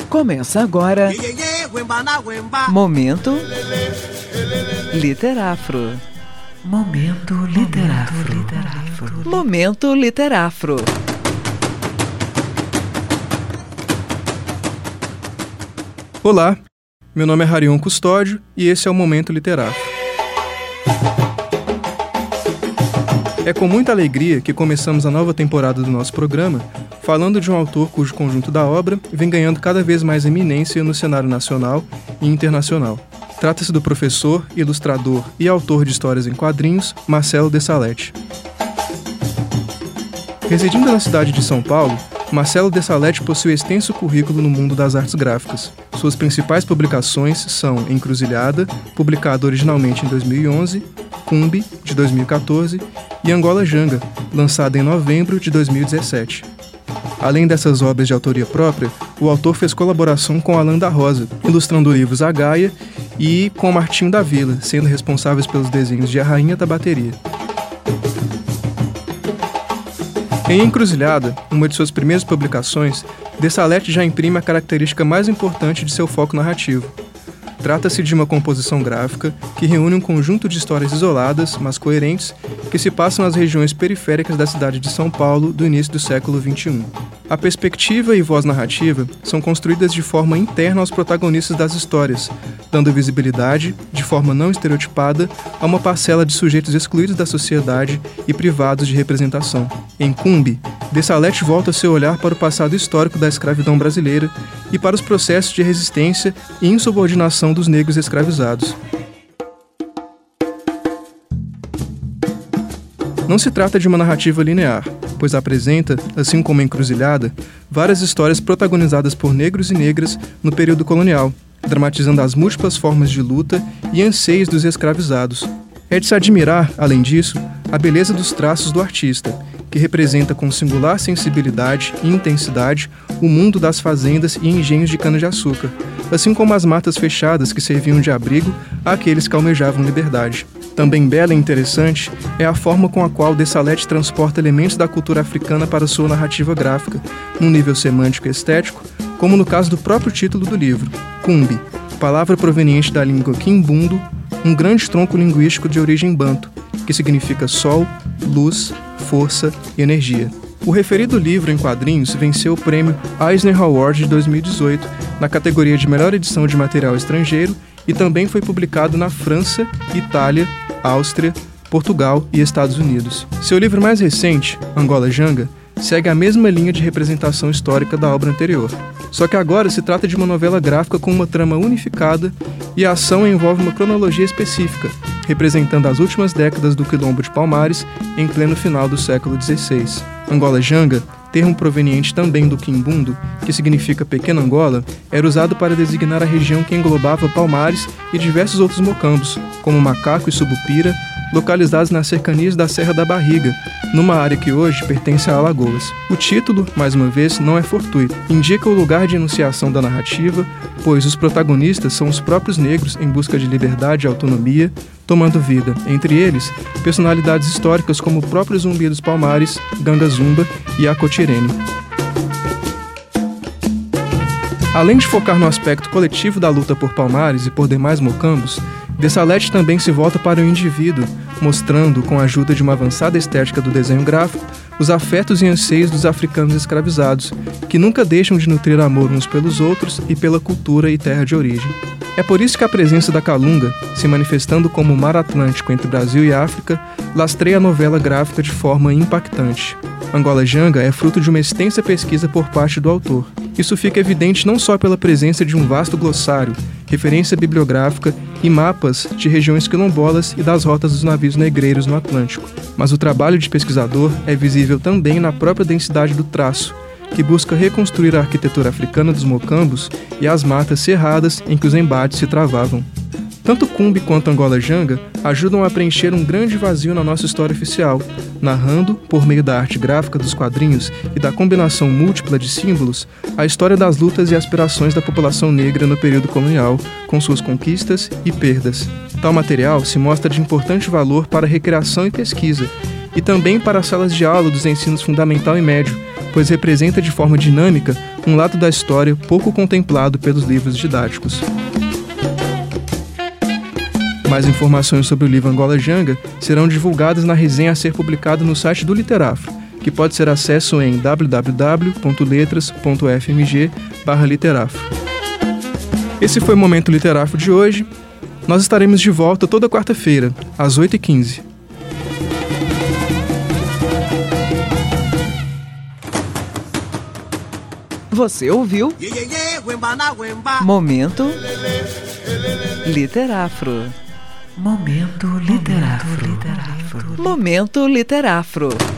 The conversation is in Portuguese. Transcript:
Começa agora Momento Literafro. Momento Literafro. Momento Literafro. Olá, meu nome é Harion Custódio e esse é o Momento Literafro. É com muita alegria que começamos a nova temporada do nosso programa falando de um autor cujo conjunto da obra vem ganhando cada vez mais eminência no cenário nacional e internacional. Trata-se do professor, ilustrador e autor de histórias em quadrinhos, Marcelo de Salete. Residindo na cidade de São Paulo, Marcelo de Salete possui extenso currículo no mundo das artes gráficas. Suas principais publicações são Encruzilhada, publicado originalmente em 2011, Cumbi, de 2014, e Angola Janga, lançada em novembro de 2017. Além dessas obras de autoria própria, o autor fez colaboração com Alain da Rosa, ilustrando livros A Gaia, e com Martinho da Vila, sendo responsáveis pelos desenhos de A Rainha da Bateria. Em Encruzilhada, uma de suas primeiras publicações, de Salete já imprime a característica mais importante de seu foco narrativo. Trata-se de uma composição gráfica que reúne um conjunto de histórias isoladas, mas coerentes, que se passam nas regiões periféricas da cidade de São Paulo do início do século XXI. A perspectiva e voz narrativa são construídas de forma interna aos protagonistas das histórias, dando visibilidade, de forma não estereotipada, a uma parcela de sujeitos excluídos da sociedade e privados de representação. Em Cumbi, de Salete volta seu olhar para o passado histórico da escravidão brasileira e para os processos de resistência e insubordinação dos negros escravizados. Não se trata de uma narrativa linear, pois apresenta, assim como Encruzilhada, várias histórias protagonizadas por negros e negras no período colonial, dramatizando as múltiplas formas de luta e anseios dos escravizados. É de se admirar, além disso, a beleza dos traços do artista, que representa com singular sensibilidade e intensidade o mundo das fazendas e engenhos de cana-de-açúcar, assim como as matas fechadas que serviam de abrigo àqueles que almejavam liberdade. Também bela e interessante é a forma com a qual de Salete transporta elementos da cultura africana para sua narrativa gráfica, num nível semântico e estético, como no caso do próprio título do livro, Cumbi, palavra proveniente da língua quimbundo, um grande tronco linguístico de origem banto, que significa sol, luz, força e energia. O referido livro em quadrinhos venceu o prêmio Eisner Award de 2018 na categoria de melhor edição de material estrangeiro e também foi publicado na França, Itália, Áustria, Portugal e Estados Unidos. Seu livro mais recente, Angola Janga, segue a mesma linha de representação histórica da obra anterior. Só que agora se trata de uma novela gráfica com uma trama unificada e a ação envolve uma cronologia específica, representando as últimas décadas do Quilombo de Palmares em pleno final do século XVI. Angola Janga, termo proveniente também do quimbundo, que significa Pequena Angola, era usado para designar a região que englobava Palmares e diversos outros mocambos, como Macaco e Subupira, localizados nas cercanias da Serra da Barriga, numa área que hoje pertence a Alagoas. O título, mais uma vez, não é fortuito. Indica o lugar de enunciação da narrativa, pois os protagonistas são os próprios negros em busca de liberdade e autonomia, tomando vida, entre eles, personalidades históricas como o próprio Zumbi dos Palmares, Ganga Zumba e Acotirene. Além de focar no aspecto coletivo da luta por Palmares e por demais mocambos, de Salete também se volta para o indivíduo, mostrando, com a ajuda de uma avançada estética do desenho gráfico, os afetos e anseios dos africanos escravizados, que nunca deixam de nutrir amor uns pelos outros e pela cultura e terra de origem. É por isso que a presença da Calunga, se manifestando como o mar Atlântico entre Brasil e África, lastreia a novela gráfica de forma impactante. Angola Janga é fruto de uma extensa pesquisa por parte do autor. Isso fica evidente não só pela presença de um vasto glossário, referência bibliográfica e mapas de regiões quilombolas e das rotas dos navios negreiros no Atlântico, mas o trabalho de pesquisador é visível também na própria densidade do traço, que busca reconstruir a arquitetura africana dos mocambos e as matas cerradas em que os embates se travavam. Tanto Cumbi quanto Angola Janga ajudam a preencher um grande vazio na nossa história oficial, narrando, por meio da arte gráfica dos quadrinhos e da combinação múltipla de símbolos, a história das lutas e aspirações da população negra no período colonial, com suas conquistas e perdas. Tal material se mostra de importante valor para recreação e pesquisa, e também para as salas de aula dos ensinos fundamental e médio, pois representa de forma dinâmica um lado da história pouco contemplado pelos livros didáticos. Mais informações sobre o livro Angola Janga serão divulgadas na resenha a ser publicada no site do Literafro, que pode ser acesso em www.letras.fmg/literafro. Esse foi o Momento Literafro de hoje. Nós estaremos de volta toda quarta-feira, às 8h15. Você ouviu? Momento Literafro. Momento Literafro. Momento Literafro.